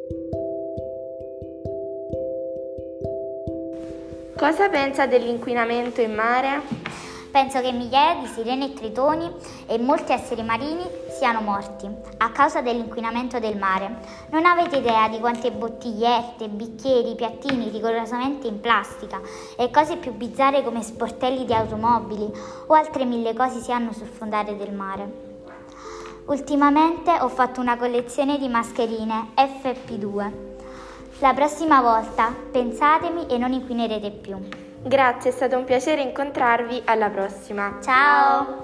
Cosa pensa dell'inquinamento in mare? Penso che migliaia di sirene e tritoni e molti esseri marini siano morti a causa dell'inquinamento del mare. Non avete idea di quante bottigliette, bicchieri, piattini rigorosamente in plastica e cose più bizzarre come sportelli di automobili o altre mille cose si hanno sul fondale del mare. Ultimamente ho fatto una collezione di mascherine FP2. La prossima volta pensatemi e non inquinerete più. Grazie, è stato un piacere incontrarvi, alla prossima. Ciao!